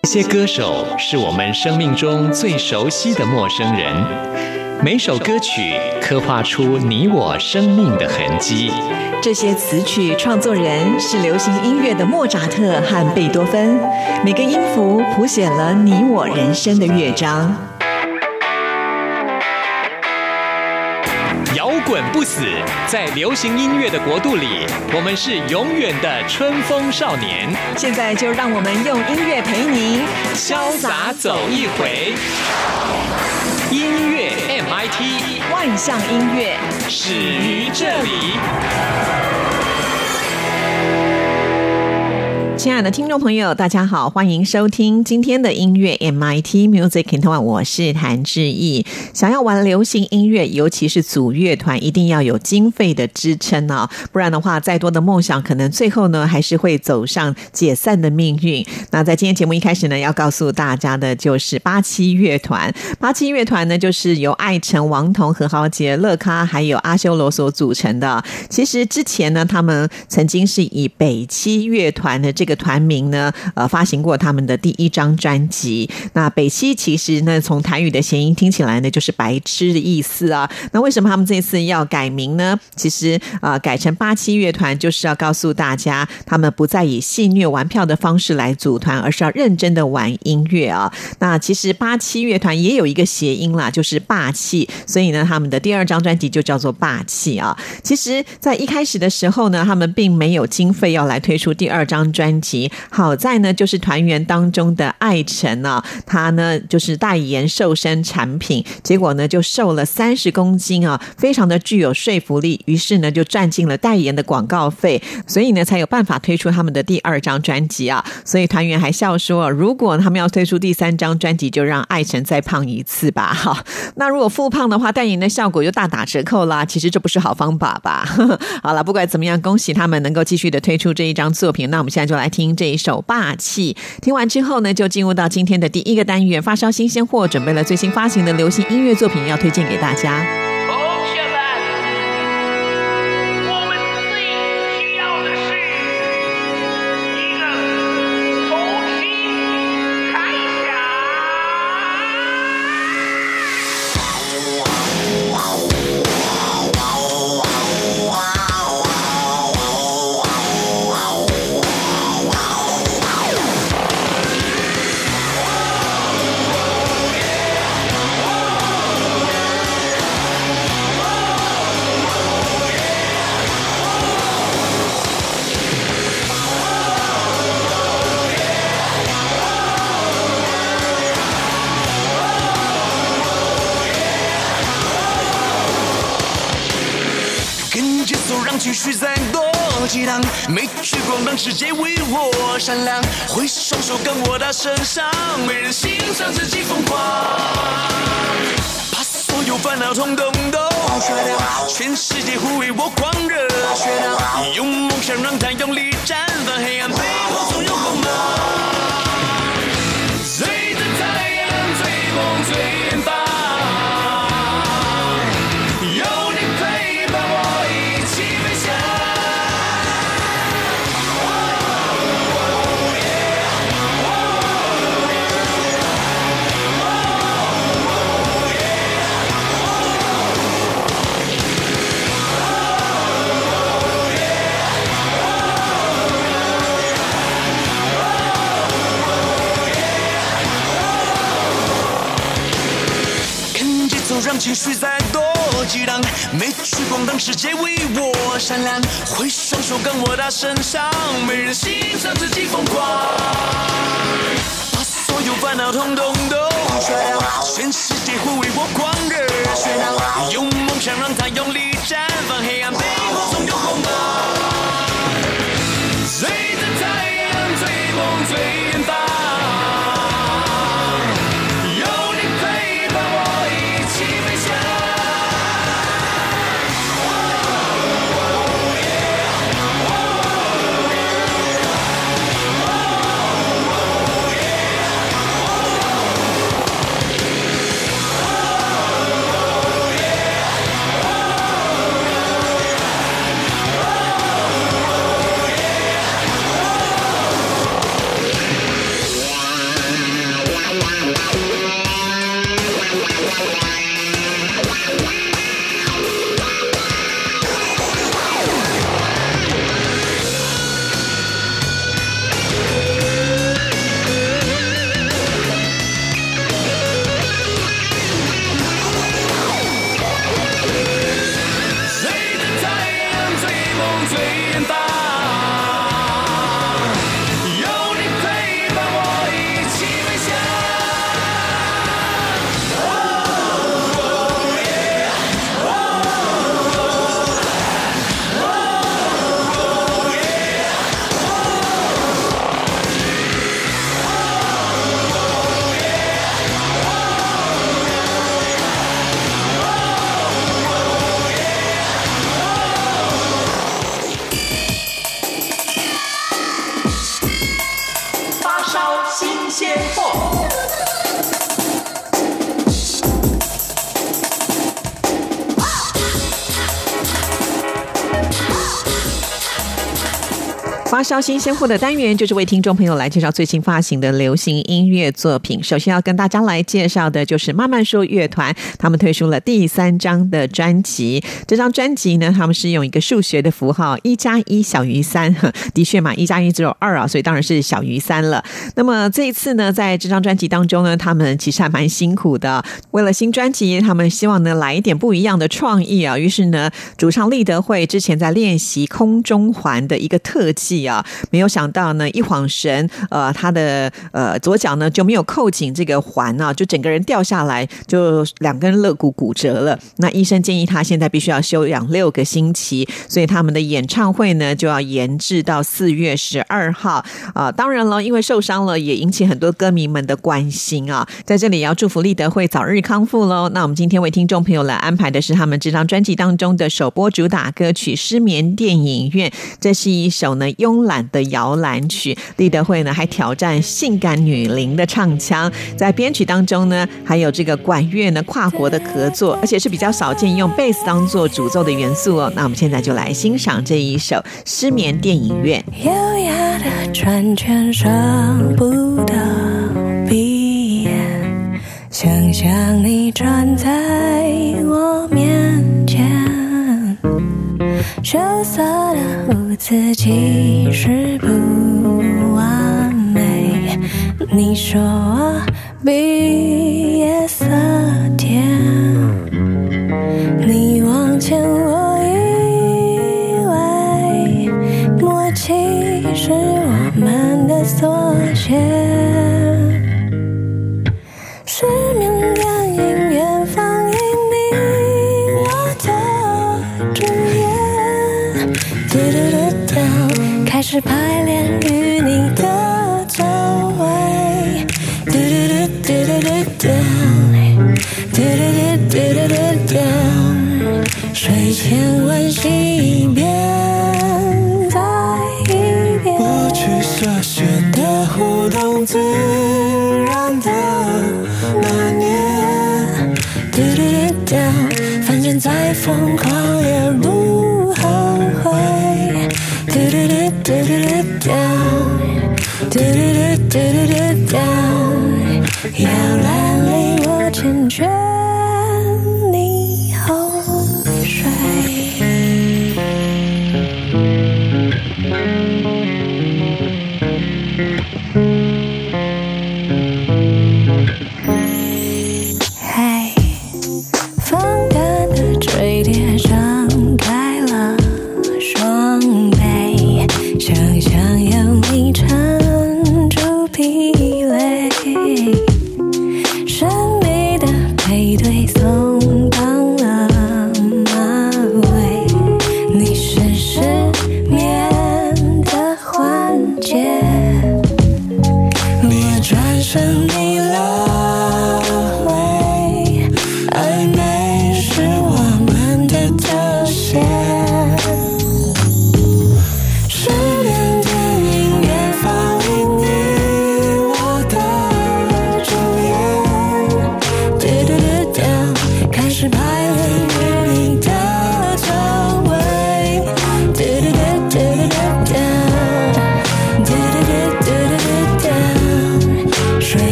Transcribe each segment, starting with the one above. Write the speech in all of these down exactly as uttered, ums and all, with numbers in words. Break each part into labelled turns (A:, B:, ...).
A: 这些歌手是我们生命中最熟悉的陌生人，每首歌曲刻画出你我生命的痕迹。
B: 这些词曲创作人是流行音乐的莫扎特和贝多芬，每个音符谱写了你我人生的乐章。
A: 摇滚不死，在流行音乐的国度里，我们是永远的春风少年。
B: 现在就让我们用音乐陪您
A: 潇洒走一回。音乐 M I T，
B: 万象音乐
A: 始于这里。
B: 亲爱的听众朋友，大家好，欢迎收听今天的音乐 M I T Music in Taiwan， 我是谭志毅。想要玩流行音乐，尤其是组乐团，一定要有经费的支撑啊，不然的话，再多的梦想，可能最后呢，还是会走上解散的命运。那在今天节目一开始呢，要告诉大家的就是八七乐团。八七乐团呢，就是由艾成、王彤、何豪杰、乐咖还有阿修罗所组成的。其实之前呢，他们曾经是以北七乐团的这个团名呢，呃，发行过他们的第一张专辑。那北七其实呢，从台语的谐音听起来呢，就是白痴的意思啊。那为什么他们这次要改名呢？其实呃，改成八七乐团，就是要告诉大家，他们不再以戏谑玩票的方式来组团，而是要认真的玩音乐啊。那其实八七乐团也有一个谐音啦，就是霸气，所以呢，他们的第二张专辑就叫做霸气啊。其实，在一开始的时候呢，他们并没有经费要来推出第二张专辑。好在呢，就是团员当中的艾成啊，他呢就是代言瘦身产品，结果呢就瘦了三十公斤啊，非常的具有说服力，于是呢就赚进了代言的广告费，所以呢才有办法推出他们的第二张专辑啊。所以团员还笑说，如果他们要推出第三张专辑，就让艾成再胖一次吧。好，那如果复胖的话，代言的效果就大打折扣啦。其实这不是好方法吧？好了，不管怎么样，恭喜他们能够继续的推出这一张作品。那我们现在就来听这一首霸气，听完之后呢，就进入到今天的第一个单元，发烧新鲜货，准备了最新发行的流行音乐作品要推荐给大家。
C: 情绪再多激荡，没去过让世界为我闪亮，挥双手跟我大声上，没人欣赏自己疯狂，把所有烦恼统统都甩掉，全世界互为我狂热血量，用梦想让它用力绽放，黑暗背后总有光芒，追着太阳追梦最远方，让情绪再多激荡，没去光让世界为我闪亮，挥双手跟我大声唱，没人欣赏自己疯狂，把所有烦恼统统都甩掉，全世界互为我狂热血量，用梦想让它用力绽放，黑暗背后总有光芒，追着太阳追梦最远方。
A: 鲜货。
B: 发烧新鲜货的单元，就是为听众朋友来介绍最新发行的流行音乐作品。首先要跟大家来介绍的就是慢慢说乐团，他们推出了第三张的专辑。这张专辑呢，他们是用一个数学的符号一加一小于三，的确嘛，一加一只有二啊，所以当然是小于三了。那么这一次呢，在这张专辑当中呢，他们其实还蛮辛苦的。为了新专辑，他们希望呢来一点不一样的创意啊，于是呢，主唱立德会之前在练习空中环的一个特技。没有想到呢，一晃神，呃，他的呃左脚呢就没有扣紧这个环啊，就整个人掉下来，就两根肋骨骨折了。那医生建议他现在必须要休养六个星期，所以他们的演唱会呢就要延至到四月十二号啊、呃。当然了，因为受伤了，也引起很多歌迷们的关心啊。在这里也要祝福立德会早日康复喽。那我们今天为听众朋友来安排的是他们这张专辑当中的首播主打歌曲《失眠电影院》，这是一首呢慵懒的摇篮曲。立德会呢还挑战性感女伶的唱腔，在编曲当中呢还有这个管乐呢跨国的合作，而且是比较少见用贝斯当做主奏的元素哦。那我们现在就来欣赏这一首《失眠电影院》。
D: 优雅的转圈舍不得闭眼，想象你站在我面前，羞涩的舞姿其实不完美，你说我比夜色甜，你往前我以为默契是我们的缩写，失眠电影院放映你我的主演，嘟嘟嘟嘟，开始排练与你的周围，嘟嘟嘟嘟嘟嘟嘟嘟嘟嘟嘟嘟，睡前温习一遍再一遍，
C: 不去设限的互动，自然的那年，
D: 嘟嘟嘟嘟，反正再疯狂也不后悔，嘟嘟嘟嘟嘟嘟嘟嘟嘟嘟嘟嘟，摇篮里我缱绻你后睡。嘿，放感的坠贴张开了双臂，想象有你撑住疲累，神秘的配对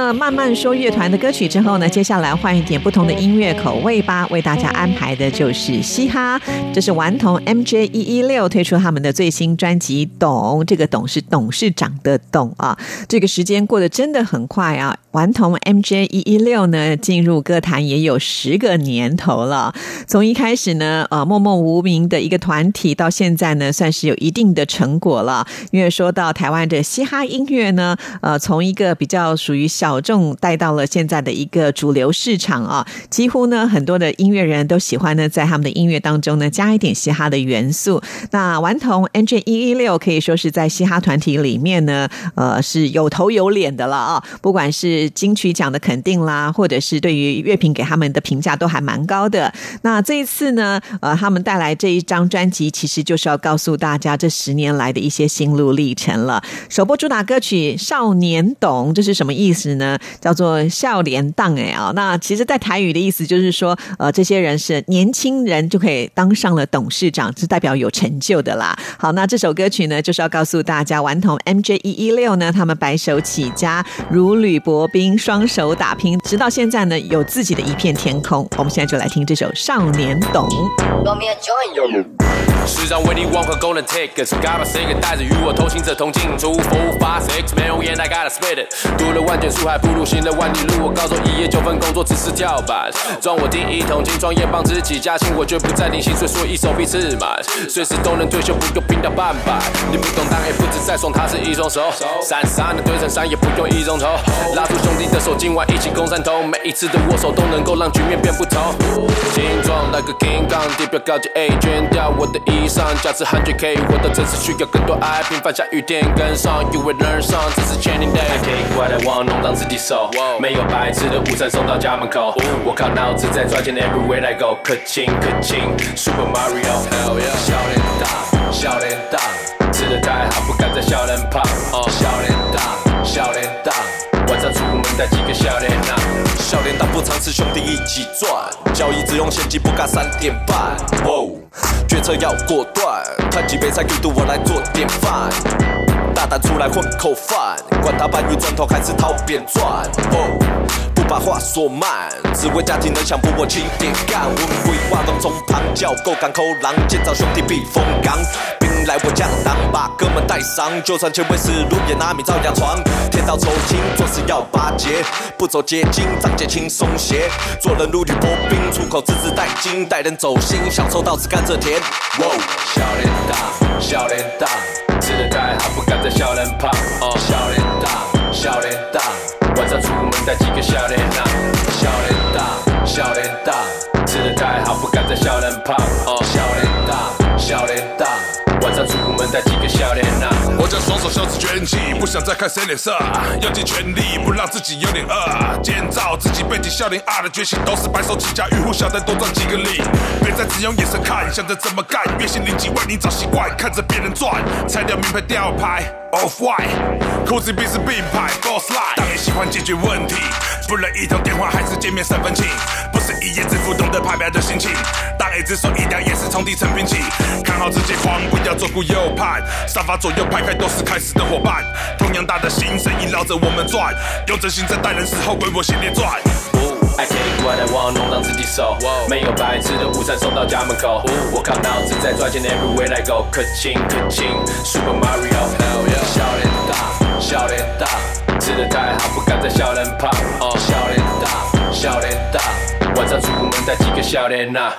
B: 了慢慢说乐团的歌曲之后呢，接下来换一点不同的音乐口味吧。为大家安排的就是嘻哈，这是顽童 M J 一一六推出他们的最新专辑《董》，这个董是董事长的董啊。这个时间过得真的很快啊！顽童 M J 一一六呢，进入歌坛也有十个年头了。从一开始呢，呃，默默无名的一个团体，到现在呢，算是有一定的成果了。因为说到台湾的嘻哈音乐呢，呃，从一个比较属于小众，带到了现在的一个主流市场啊。几乎呢，很多的音乐人都喜欢呢，在他们的音乐当中呢，加一点嘻哈的元素。那顽童 M J 一一六可以说是在嘻哈团体里面呢，呃，是有头有脸的了啊。不管是金曲奖的肯定啦，或者是对于乐评给他们的评价都还蛮高的。那这一次呢，呃，他们带来这一张专辑，其实就是要告诉大家这十年来的一些心路历程了。首播主打歌曲《少年董》，这是什么意思呢？叫做少年党哎啊。那其实，在台语的意思就是说，呃，这些人是年轻人就可以当上了董事长，是代表有成就的啦。好，那这首歌曲呢，就是要告诉大家，顽童 M J 一一六呢，他们白手起家，如履薄冰，双手打拼，直到现在呢，有自己的一片天空。我们现在就来听这首《少年董》。
E: 时常为你往何功能 take 是干嘛谁给带着与我同行者同进出 four five six 没容颜 I gotta spit it 读了万卷书还不如行了万里路我高中一夜九份工作只是跳板赚我第一桶金创业帮自己加薪我绝不再领薪水所以手臂刺满随时都能退休不用拼到半百你不懂当然不止在爽他是一双手闪闪的对成山也不用一种头拉住兄弟的手今晚一起攻山头每一次的握手都能够让局面变不同精壮like a king kong 地表高级 A 卷掉我的衣裳价值 one hundred K 我的真是需要更多爱平凡下雨天跟上 You will learn some 这是 training day I take what I want 弄脏自己手没有白吃的午餐送到家门口我靠脑子在赚钱 everywhere I go 可亲可亲 Super Mario Hell yeah 笑脸大笑脸大吃得太好不敢再笑人胖笑脸大笑脸大晚上出门带几个笑脸啊笑脸大不常吃兄弟一起赚交易只用现金不敢三点半决策要果断看几杯才给度我来做典范大胆出来混口饭管他搬运砖头还是掏扁钻不把话说慢只为家庭能享福我轻点干温规划动从旁叫够港口狼建造兄弟避风港兵来我家当把哥们带上就算前卫是路也拿米照样闯天道酬勤做事要巴结不走捷径长节轻松些做人如履薄冰出口字字带金带人走心享受到此甘蔗甜笑脸大笑脸大吃得太好不敢再笑人胖笑脸大笑脸大晚上出门带几个笑脸啊笑脸大笑脸大吃得太好不敢再笑人胖笑脸大笑脸大晚上出门带几个笑脸啊
F: 我将双手袖子卷起不想再看谁脸色要尽全力不让自己有点饿建造自己背起笑脸啊的决心都是白手起家渔户小单多赚几个利别再只用眼神看想着怎么干月薪零几万你早习惯看着别人赚拆掉名牌吊牌 Off white 裤子必是并排 Boss line 当然喜欢解决问题不能一通电话还是见面三分情不是一夜致富懂得派表的心情当一只手一条也是从底层拼起看好自己狂不要左顾右盼沙发左右排开都是开始的伙伴同样大的心生意绕着我们转用真心在待人时候为我心里转
E: I take what I want 弄脏自己手没有白吃的午餐送到家门口我靠脑子在赚钱 everywhere I go 可亲可亲 Super Mario Hell yeah 笑脸大笑脸大吃得太好不敢再笑人胖笑脸大笑脸大晚上出门带几个笑脸啊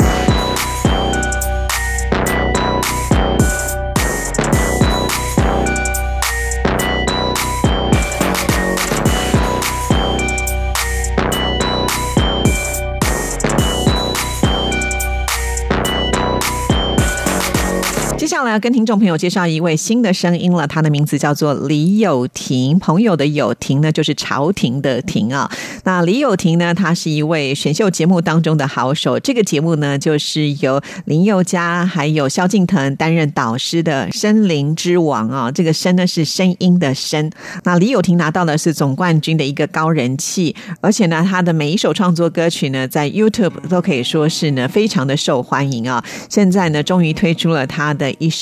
B: 接下来要跟听众朋友介绍一位新的声音了，他的名字叫做李友廷，朋友的友，廷呢就是朝廷的廷啊。那李友廷呢，他是一位选秀节目当中的好手，这个节目呢就是由林宥嘉还有萧敬腾担任导师的《声林之王》啊，这个声呢是声音的声。那李友廷拿到的是总冠军的一个高人气，而且呢他的每一首创作歌曲呢在 YouTube 都可以说是呢非常的受欢迎啊。现在呢终于推出了他的一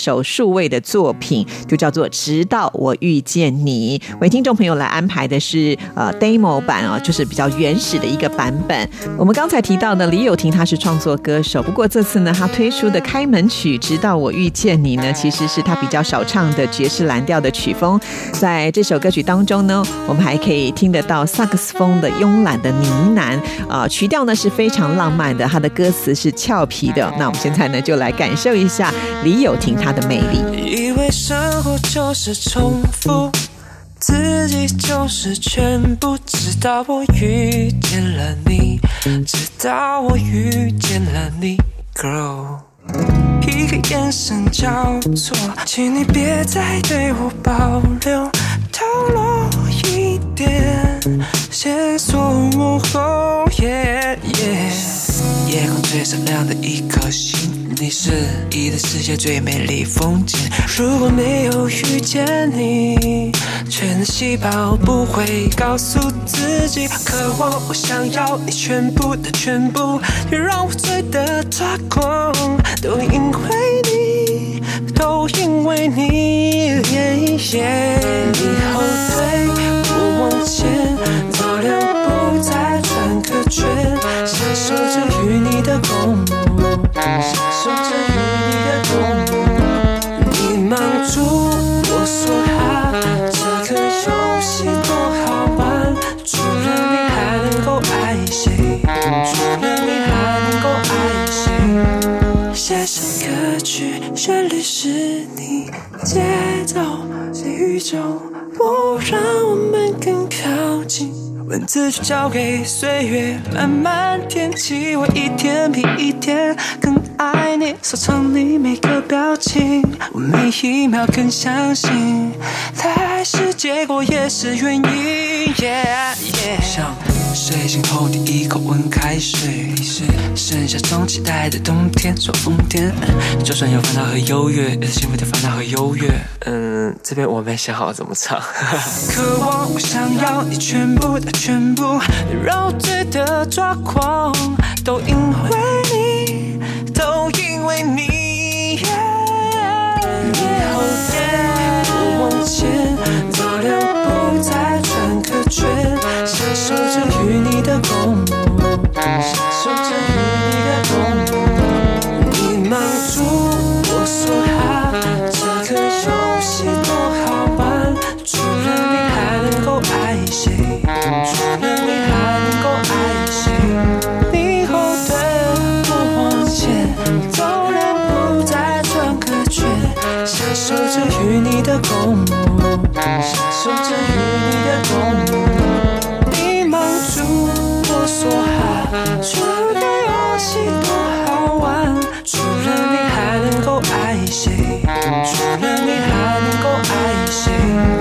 B: 首数位的作品，就叫做《直到我遇见你》。为听众朋友来安排的是呃 demo 版啊、哦，就是比较原始的一个版本。我们刚才提到的李友廷他是创作歌手，不过这次呢，他推出的开门曲《直到我遇见你》呢，其实是他比较少唱的爵士蓝调的曲风。在这首歌曲当中呢，我们还可以听得到萨克斯风的慵懒的呢喃啊、呃，曲调呢是非常浪漫的，他的歌词是俏皮的。那我们现在呢就来感受一下李友廷他的魅力。
C: 以为生活就是重复，自己就是全部，直到我遇见了你，直到我遇见了你 ，Girl。一个眼神交错，请你别再对我保留，透露一点线索。哦耶耶，夜空最闪亮的一颗星，你是一的世界最美丽风景。如果没有遇见你，全的细胞不会告诉自己，渴望我想要你全部的全部，你让我醉得抓狂，都因为你，都因为你。yeah, yeah 你后退，我往前，走两步再转个圈，享受着与你的共舞，享受着与你的共舞。你忙住我说哈，这个游戏多好玩，除了你还能够爱谁？除了你还能够爱谁？写上歌曲，旋律是你，节奏是宇宙，不让我们更靠近。文字就交给岁月慢慢填起，我一天比一天更爱你，收藏你每个表情，我每一秒更相信，来是结果也是原因。yeah, yeah 像睡醒后第一口温开水，剩下种期待的冬天，说疯癫，就算有烦恼和优越，也是幸福的烦恼和优越。嗯，这边我没想好怎么唱。渴望我想要你全部的全部，你让我醉得抓狂，都因为你，都因为你。yeah, 你后退，我往前，走两步再转个圈，享受着与你的共舞，享受着与你的共舞。你忙住我说哈，这个游戏多好玩，除了你还能够爱谁？除了你还能够爱谁？你后退，我往前，走两步再转个圈，享受着与你的共舞，享受着与你的共舞。你忙住我说哈，这个游戏多好玩，除了你还能够爱谁？除了你还能够爱谁？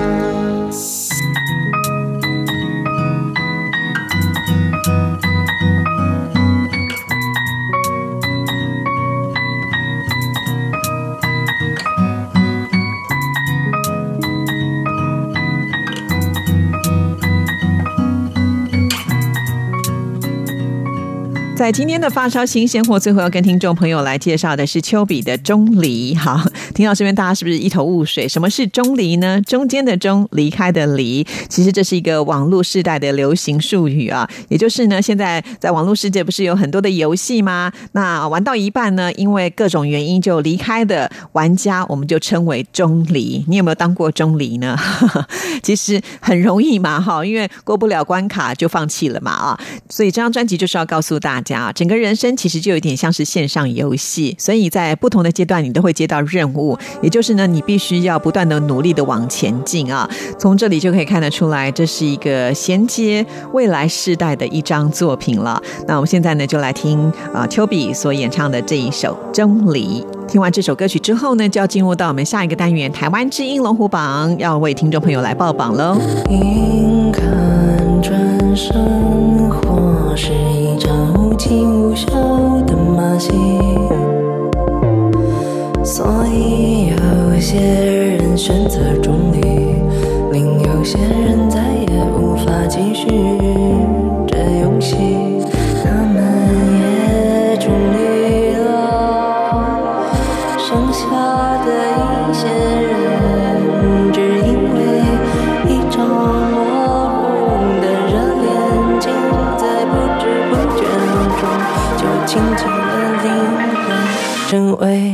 B: 在今天的发烧新鲜货，最后要跟听众朋友来介绍的是丘比的钟离。好，听到这边大家是不是一头雾水？什么是钟离呢？中间的钟，离开的离，其实这是一个网络世代的流行术语啊。也就是呢，现在在网络世界不是有很多的游戏吗？那玩到一半呢，因为各种原因就离开的玩家，我们就称为钟离。你有没有当过钟离呢？其实很容易嘛，哈，因为过不了关卡就放弃了嘛啊。所以这张专辑就是要告诉大家，整个人生其实就有点像是线上游戏，所以在不同的阶段你都会接到任务，也就是呢你必须要不断的努力的往前进啊。从这里就可以看得出来，这是一个衔接未来世代的一张作品了。那我们现在呢就来听啊丘比所演唱的这一首《钟离》。听完这首歌曲之后呢，就要进入到我们下一个单元台湾之音龙虎榜，要为听众朋友来报榜喽。
D: 眼看转身或是一场无情无休的马戏，所以有些人选择中离，另有些人再也无法继续这游戏，他们也中离了，剩下的场模糊的热恋，竟在不知不觉中就倾尽了灵魂，成为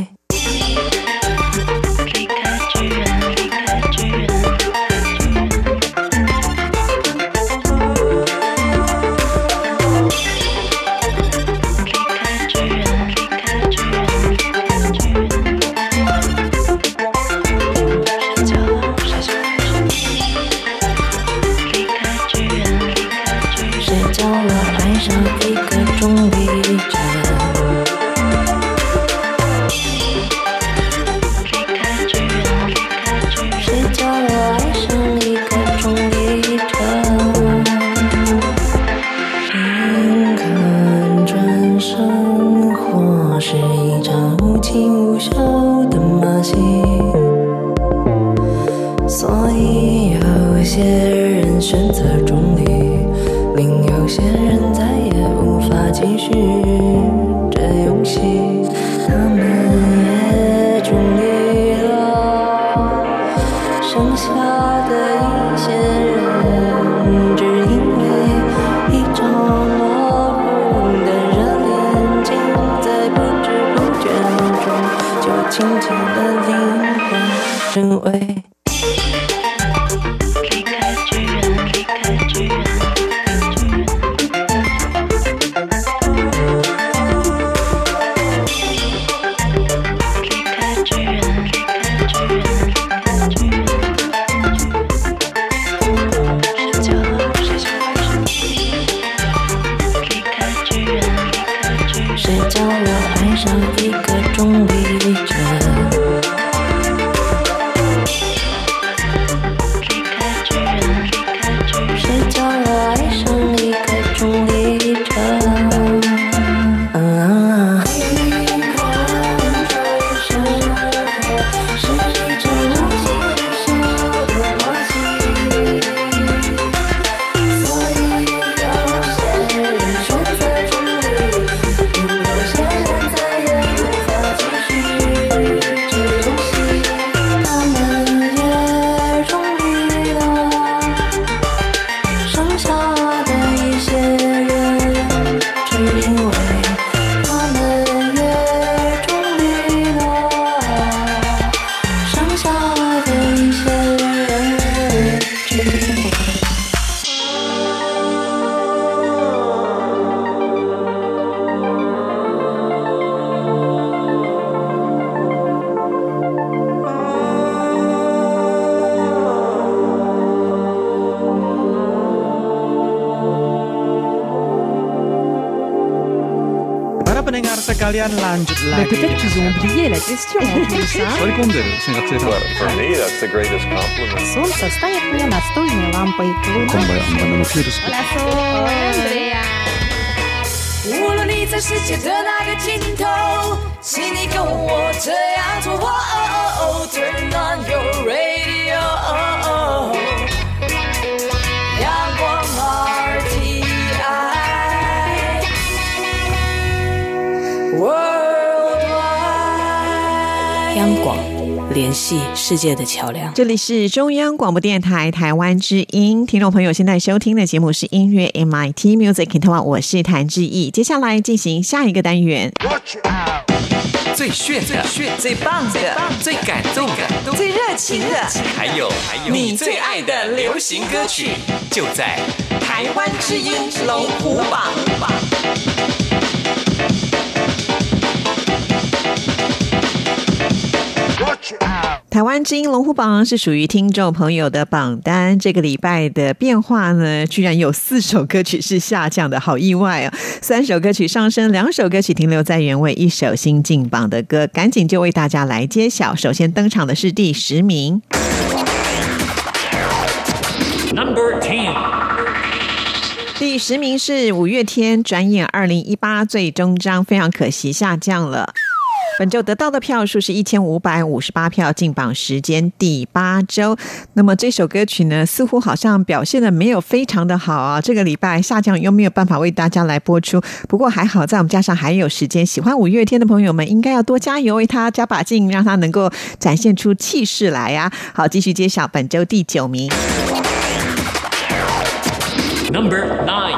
G: Sekalian lanjut lagi.
H: Peut-être qu'ils ont oublié la question en plus.
I: For me, that's the greatest compliment.
J: Солнце стоит мне настольной лампой.
C: 无论你在世界的哪个尽头，请你跟我这样做。Turn on your radio. 阳光 R T I Worldwide。
K: 央广联系世界的桥梁。
B: 这里是中央广播电台台湾之音，听众朋友现在收听的节目是音乐 M I T Music in Taiwan， 我是谭志毅。接下来进行下一个单元。
A: 最炫的、最棒的、最感动的、
B: 最热情的，
A: 还有你最爱的流行歌曲，就在台湾之音龙虎榜。
B: 台湾之音龙虎榜是属于听众朋友的榜单，这个礼拜的变化呢，居然有四首歌曲是下降的，好意外哦！三首歌曲上升，两首歌曲停留在原位，一首新进榜的歌，赶紧就为大家来揭晓。首先登场的是第十名
A: Number ten，
B: 第十名是五月天，转眼二零一八最终章，非常可惜下降了。本周得到的票数是一千五百五十八票，进榜时间第八周。那么这首歌曲呢，似乎好像表现的没有非常的好啊，这个礼拜下降又没有办法为大家来播出。不过还好，在我们加上还有时间，喜欢五月天的朋友们应该要多加油，为他加把劲，让他能够展现出气势来啊！好，继续揭晓本周第九名。
A: Number nine。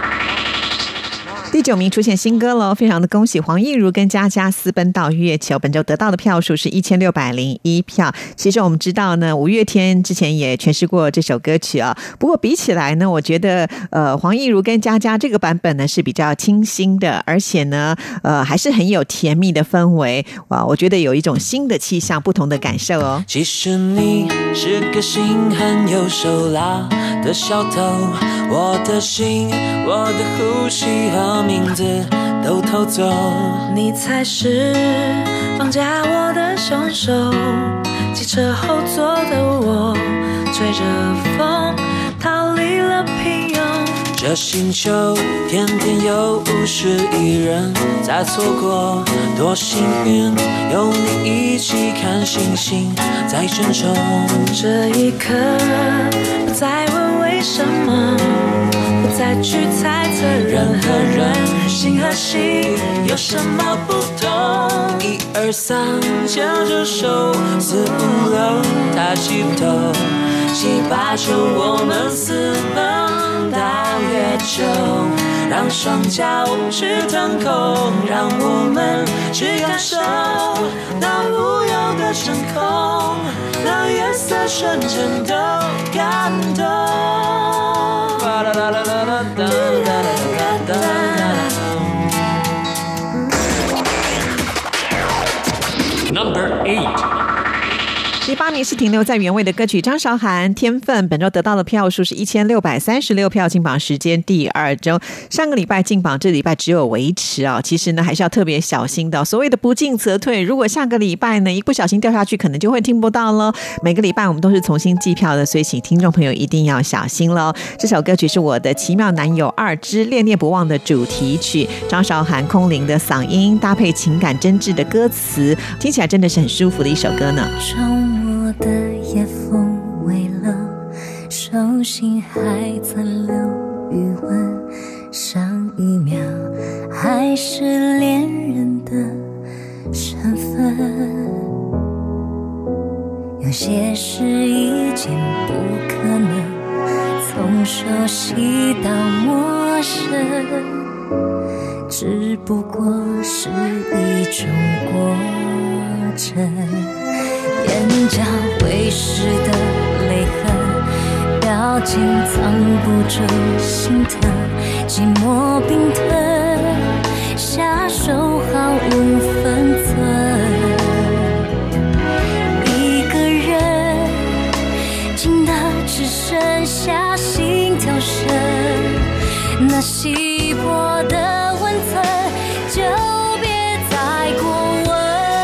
B: 第九名出现新歌了，非常的恭喜黄义儒跟佳佳私奔到月球，本周得到的票数是一千六百零一票。其实我们知道呢，五月天之前也诠释过这首歌曲啊，不过比起来呢，我觉得呃黄义儒跟佳佳这个版本呢是比较清新的，而且呢呃还是很有甜蜜的氛围，哇，我觉得有一种新的气象，不同的感受哦。
C: 其实你是个心很有手拉的小偷，我的心，我的呼吸和名字都偷走，
G: 你才是绑架我的凶手。汽车后座的我吹着风逃离了平庸，
C: 这星球天天有五十亿人在错过，多幸运有你一起看星星在争宠。
G: 这一刻不再问为什么，不再去猜测人和人心和心有什么不同。
C: 一二三牵着手，四五六抬起头，七八九我们私奔到月球，让双脚去腾空，让我们去感受那无忧的真空，那月色瞬间都感动。
A: Number eight。
B: 第八名是停留在原位的歌曲张韶涵《天分》，本周得到的票数是一千六百三十六票，进榜时间第二周。上个礼拜进榜，这礼拜只有维持啊。其实呢，还是要特别小心的。所谓的不进则退，如果下个礼拜呢一不小心掉下去，可能就会听不到了。每个礼拜我们都是重新计票的，所以请听众朋友一定要小心喽。这首歌曲是我的《奇妙男友二之恋恋不忘》的主题曲，张韶涵空灵的嗓音搭配情感真挚的歌词，听起来真的是很舒服的一首歌呢。
D: 我的夜风微冷，手心还残留余温，上一秒还是恋人的身份，有些事已经不可能从熟悉到陌生，只不过是一种过程，眼角会湿的泪痕，表情藏不住心疼，寂寞冰吞，下手毫无分寸，一个人静的只剩下心跳声，那稀薄的温存就别再过问，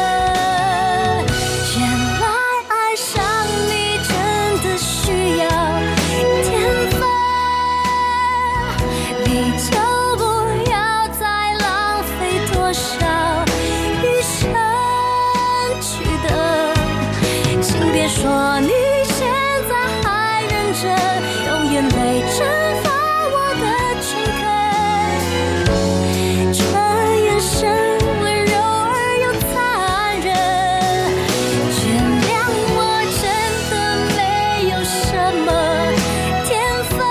D: 原来爱上你真的需要天分，你就不要再浪费多少余生去等，请别说你现在还认真用眼泪蒸发我的诚恳，这眼神温柔而又残忍，原谅我真的没有什么天分，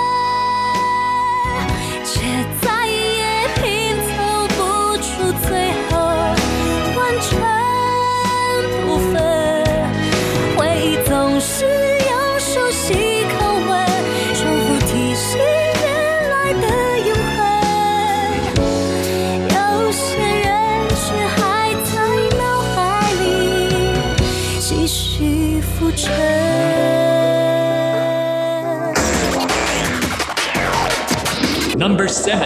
D: 却再也拼凑不出最后完全部分，回忆总是用熟悉口吻重复提醒原来的永恒，有些人却还在脑海里继续浮沉。
A: Number seven。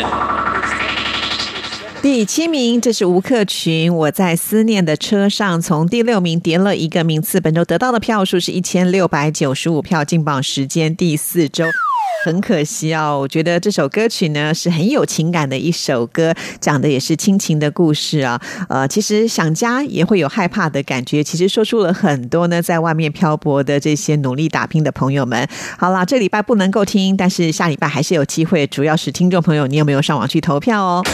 B: 第七名，这是吴克群，我在思念的车上，从第六名跌了一个名次，本周得到的票数是一千六百九十五票，进榜时间第四周。很可惜啊，我觉得这首歌曲呢是很有情感的一首歌，讲的也是亲情的故事啊。呃，其实想家也会有害怕的感觉，其实说出了很多呢在外面漂泊的这些努力打拼的朋友们。好啦，这礼拜不能够听，但是下礼拜还是有机会，主要是听众朋友你有没有上网去投票哦。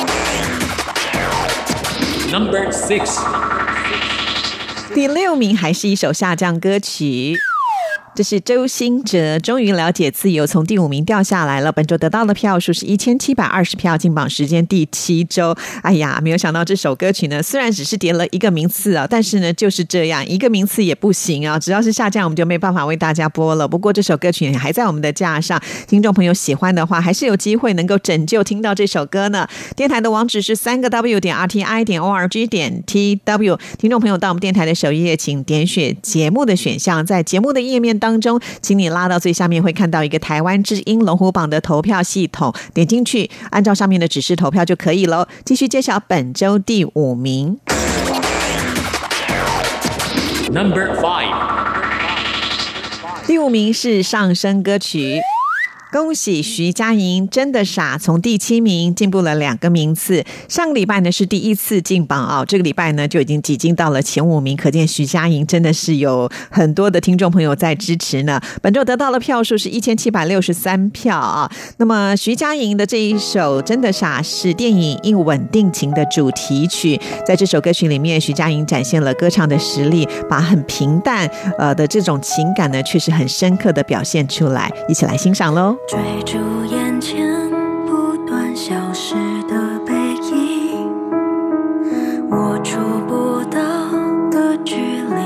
A: Number six。
B: 第六名还是一首下降歌曲， 这是周兴哲，终于了解自由，从第五名掉下来了。本周得到的票数是一千七百二十票，进榜时间第七周。哎呀，没有想到这首歌曲呢，虽然只是跌了一个名次啊，但是呢就是这样，一个名次也不行啊，只要是下降我们就没办法为大家播了。不过这首歌曲还在我们的架上，听众朋友喜欢的话，还是有机会能够拯救听到这首歌呢。电台的网址是三个 W 点 R T I 点 O R G 点 T W， 听众朋友到我们电台的首页，请点选节目的选项，在节目的页面当中，请你拉到最下面会看到一个台湾之音龙虎榜的投票系统，点进去按照上面的指示投票就可以了。继续揭晓本周第五名
A: Number five，
B: 第五名是上升歌曲，恭喜徐佳莹真的傻，从第七名进步了两个名次。上个礼拜呢是第一次进榜啊、哦，这个礼拜呢就已经挤进到了前五名，可见徐佳莹真的是有很多的听众朋友在支持呢。本周得到的票数是一千七百六十三票啊。那么徐佳莹的这一首真的傻是电影《一吻定情》的主题曲，在这首歌曲里面，徐佳莹展现了歌唱的实力，把很平淡呃的这种情感呢，却是很深刻的表现出来，一起来欣赏咯。
D: 追逐眼前不断消失的背影，我触不到的距离，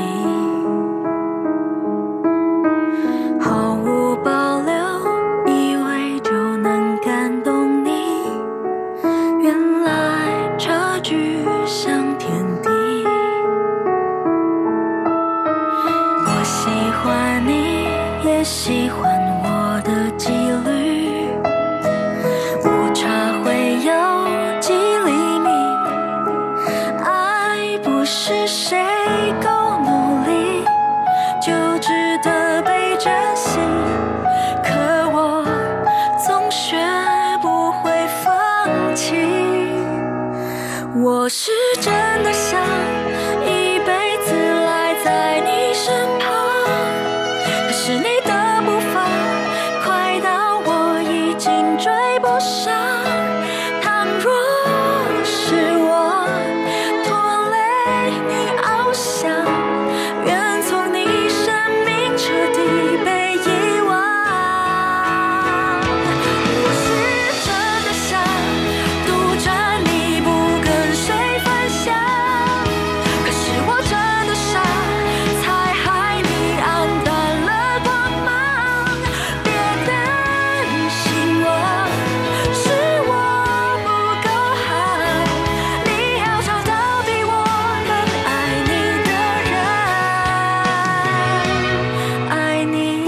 D: 毫无保留，以为就能感动你，原来差距像天地。我喜欢你，也喜欢我的纪律，误差会有几厘米，爱不是谁够努力就值得被珍惜，可我总学不会放弃。我是真的想一辈子赖在你身旁，可是你的步伐快到我已经追不上，倘若是我拖累你翱翔，愿从你生命彻底被遗忘。我是真的想独占你不跟谁分享，可是我真的傻，才害你黯淡了光芒。别担心我，是我不够好，你要找到比我更爱你的人，爱你。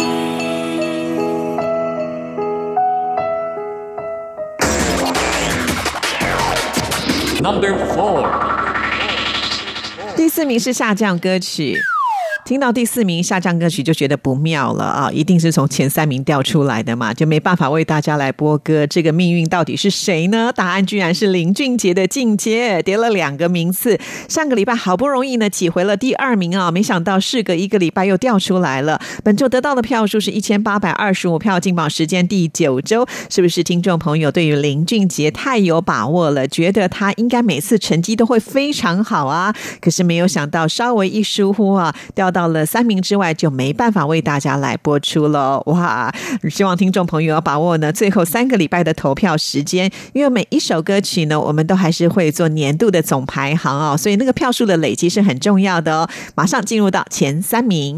A: Number four，
B: 第四名是下降歌曲。听到第四名下降歌曲就觉得不妙了啊！一定是从前三名掉出来的嘛，就没办法为大家来播歌。这个命运到底是谁呢？答案居然是林俊杰的《进阶》，跌了两个名次。上个礼拜好不容易呢挤回了第二名啊，没想到事隔一个礼拜又掉出来了。本周得到的票数是一千八百二十五票，进榜时间第九周。是不是听众朋友对于林俊杰太有把握了，觉得他应该每次成绩都会非常好啊？可是没有想到稍微一疏忽啊，掉到了三名之外，就没办法为大家来播出了。哇，希望听众朋友要把握呢最后三个礼拜的投票时间，因为每一首歌曲呢我们都还是会做年度的总排行哦，所以那个票数的累积是很重要的哦。马上进入到前三名。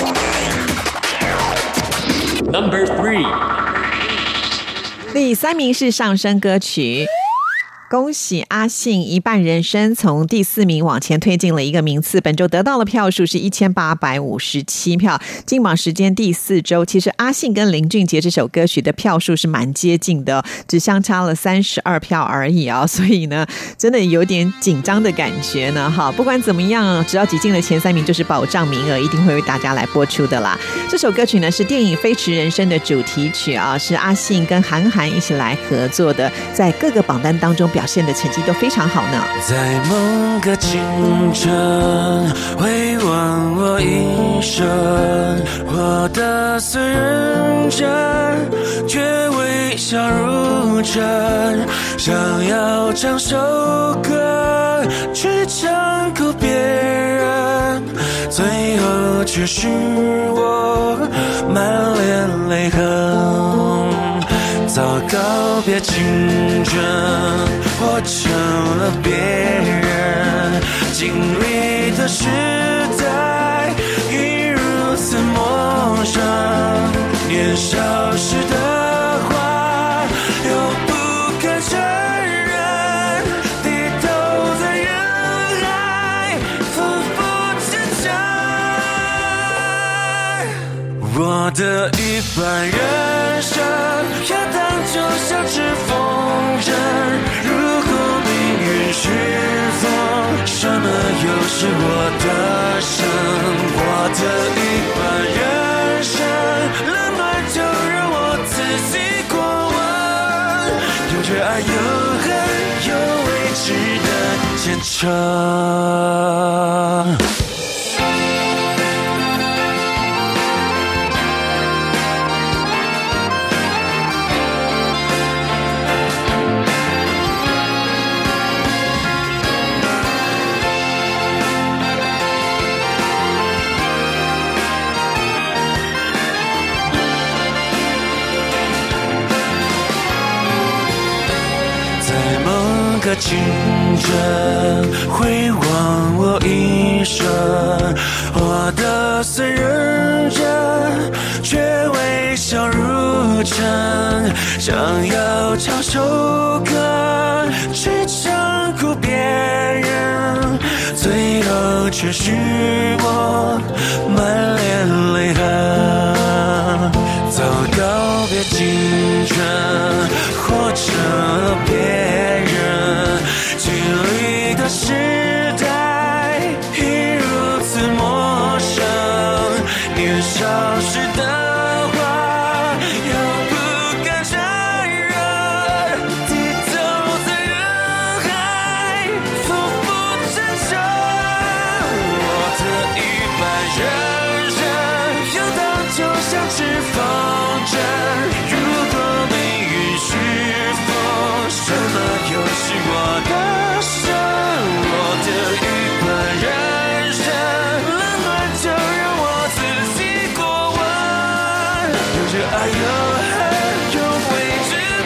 A: Number three，
B: 第三名是上升歌曲，恭喜阿信一半人生从第四名往前推进了一个名次，本周得到的票数是一千八百五十七票，进榜时间第四周。其实阿信跟林俊杰这首歌曲的票数是蛮接近的，只相差了三十二票而已啊、哦，所以呢真的有点紧张的感觉呢。好，不管怎么样，只要挤进了前三名就是保障名额，一定会为大家来播出的啦。这首歌曲呢是电影《飞驰人生》的主题曲啊，是阿信跟韩寒一起来合作的，在各个榜单当中表现的成绩都非常好呢。
C: 在某个清晨回望我一生，活得虽认真却微笑如真，想要唱首歌去唱哭别人，从最后却是我满脸泪痕。早告别青春，活成了别人经历的时代，已如此陌生。年少时的话，又不敢承认，低头在人海，匍匐挣扎。我的一半人生，要当就像只风筝，如果命运是风，什么又是我的生？我的一半人生，冷暖就让我自己过问，有热爱有恨，有未知的坚强。个青春回望我一生，活得虽认真，却微笑如尘。想要唱首歌去照顾别人，最后却是我满脸泪痕。早告别青春，活成了别人经历的时代，已如此陌生。年少时的话，又不敢承认，低头在人海，匍匐挣扎。我的一半人生，要当就像只风筝，如果命运是风，什么又是我的生？我的一半人生，冷暖就让我自己过问，有热爱有恨，有未知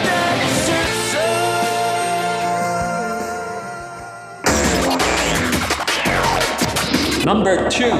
A: 的选择。Number two，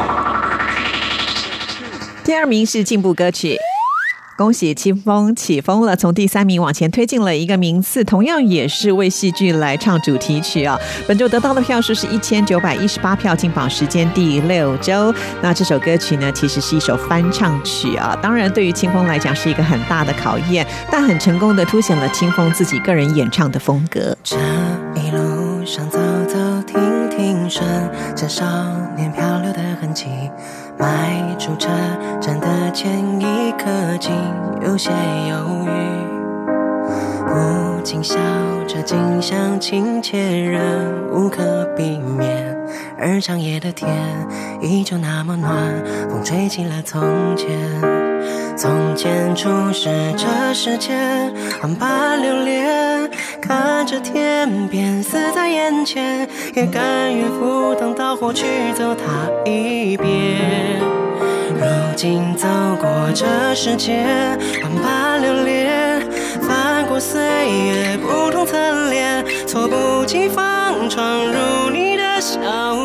B: 第二名是进步歌曲。恭喜清风起风了，从第三名往前推进了一个名次，同样也是为戏剧来唱主题曲啊。本周得到的票数是一千九百一十八票，进榜时间第六周。那这首歌曲呢，其实是一首翻唱曲啊，当然对于清风来讲是一个很大的考验，但很成功的凸显了清风自己个人演唱的风格。
L: 这一路上走走停停，瞬间少年漂流的痕迹，迈出车站的前一刻竟有些犹豫，不禁笑着景象亲切，人无可避免，而长夜的天依旧那么暖，风吹起了从前。从前初识这世间万般流连，看着天边死在眼前，也甘愿赴汤蹈火去走它一遍。如今走过这世界万般流连，翻过岁月不同侧脸，猝不及防闯入你的笑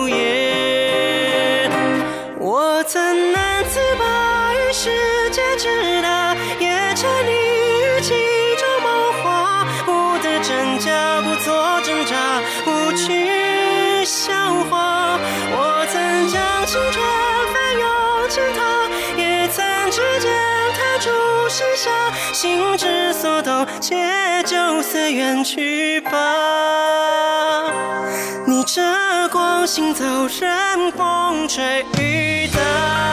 L: 颜。我曾难自拔于世界之大，也沉溺于其中谋划，不得真假，不做挣扎，不去笑话。我曾将青春翻涌践踏，也曾指尖弹出盛夏，心之所动，且就此远去吧。逆着光行走，任风吹雨打。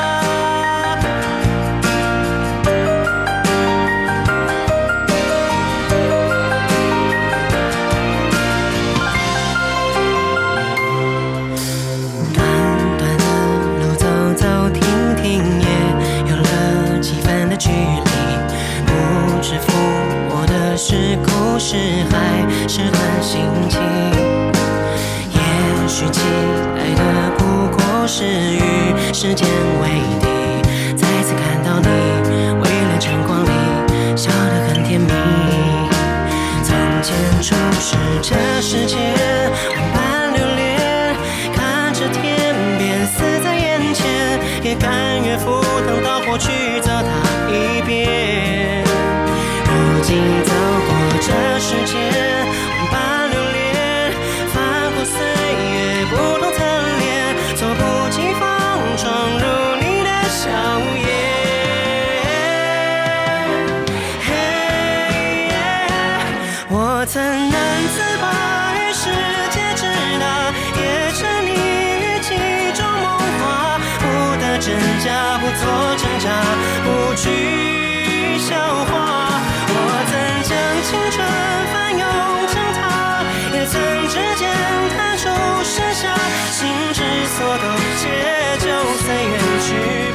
L: 是苦是害，是段心情，也许期待的不过是与时间为敌，再次看到你，微亮晨光里笑得很甜蜜。从前初识这世界，万般留恋，看着天边死在眼前，也甘愿赴汤蹈火去走它一遍。如今走过这世界，万般留恋，翻过岁月不同层脸，猝不及防闯入你的笑颜。我曾难自拔于世界之大，也沉溺于其中梦话，不得真假，不做挣扎，不去消化。我曾将青春翻涌成她，也曾指尖弹出盛夏，心之所动，且就随缘去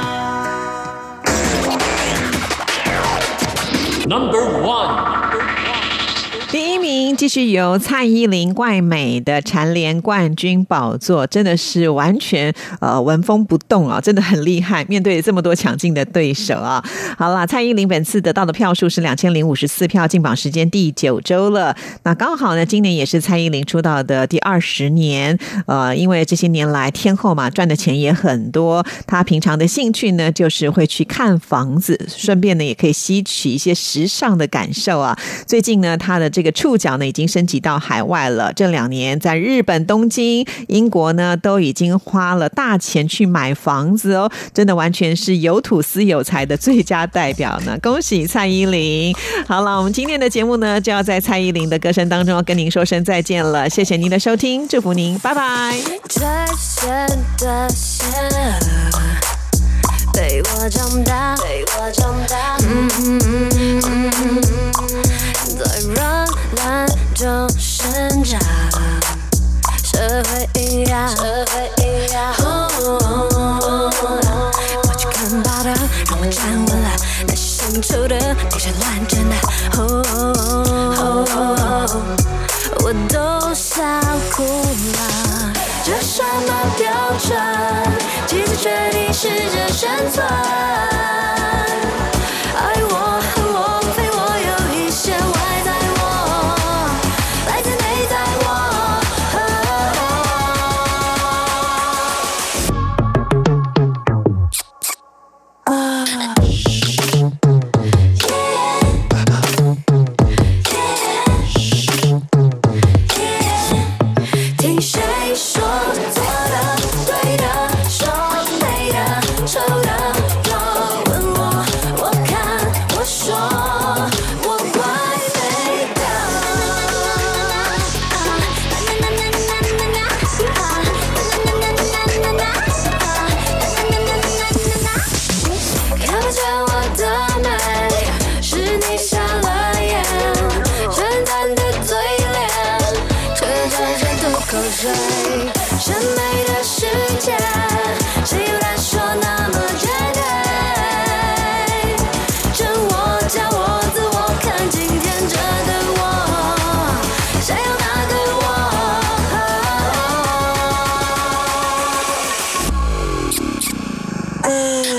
L: 吧。
A: Number one。
B: 第一名继续由蔡依林怪美的蝉联冠军宝座，真的是完全呃纹风不动啊，真的很厉害。面对这么多强劲的对手啊，好啦，蔡依林本次得到的票数是两千零五十四票，进榜时间第九周了。那刚好呢，今年也是蔡依林出道的第二十年，呃，因为这些年来天后嘛，赚的钱也很多，她平常的兴趣呢，就是会去看房子，顺便呢也可以吸取一些时尚的感受啊。最近呢，她的这个触角呢已经升级到海外了，这两年在日本东京、英国呢都已经花了大钱去买房子哦，真的完全是有土斯有财的最佳代表呢！恭喜蔡依林！好了，我们今天的节目呢就要在蔡依林的歌声当中要跟您说声再见了，谢谢您的收听，祝福您，拜拜。
D: 最深的线被我长大，被我长大，嗯嗯嗯嗯嗯，在软烂中生长，社会营养，社会营养。我去看报道，让我站稳了，那些深处的地下乱真的，我都笑哭了。这什么标准？几次决定试着生存。爱我恨我非我，有一些外在我，来自内在我。啊、听谁说错的、对的、说美的、丑的，要问我，我看，我说，我怪美的。看不见我的美，是你瞎了眼，简单的嘴脸，却让人吐口水。审美的世界，谁有他说那么绝对？真我假我自我，看今天这个我，谁有那个我？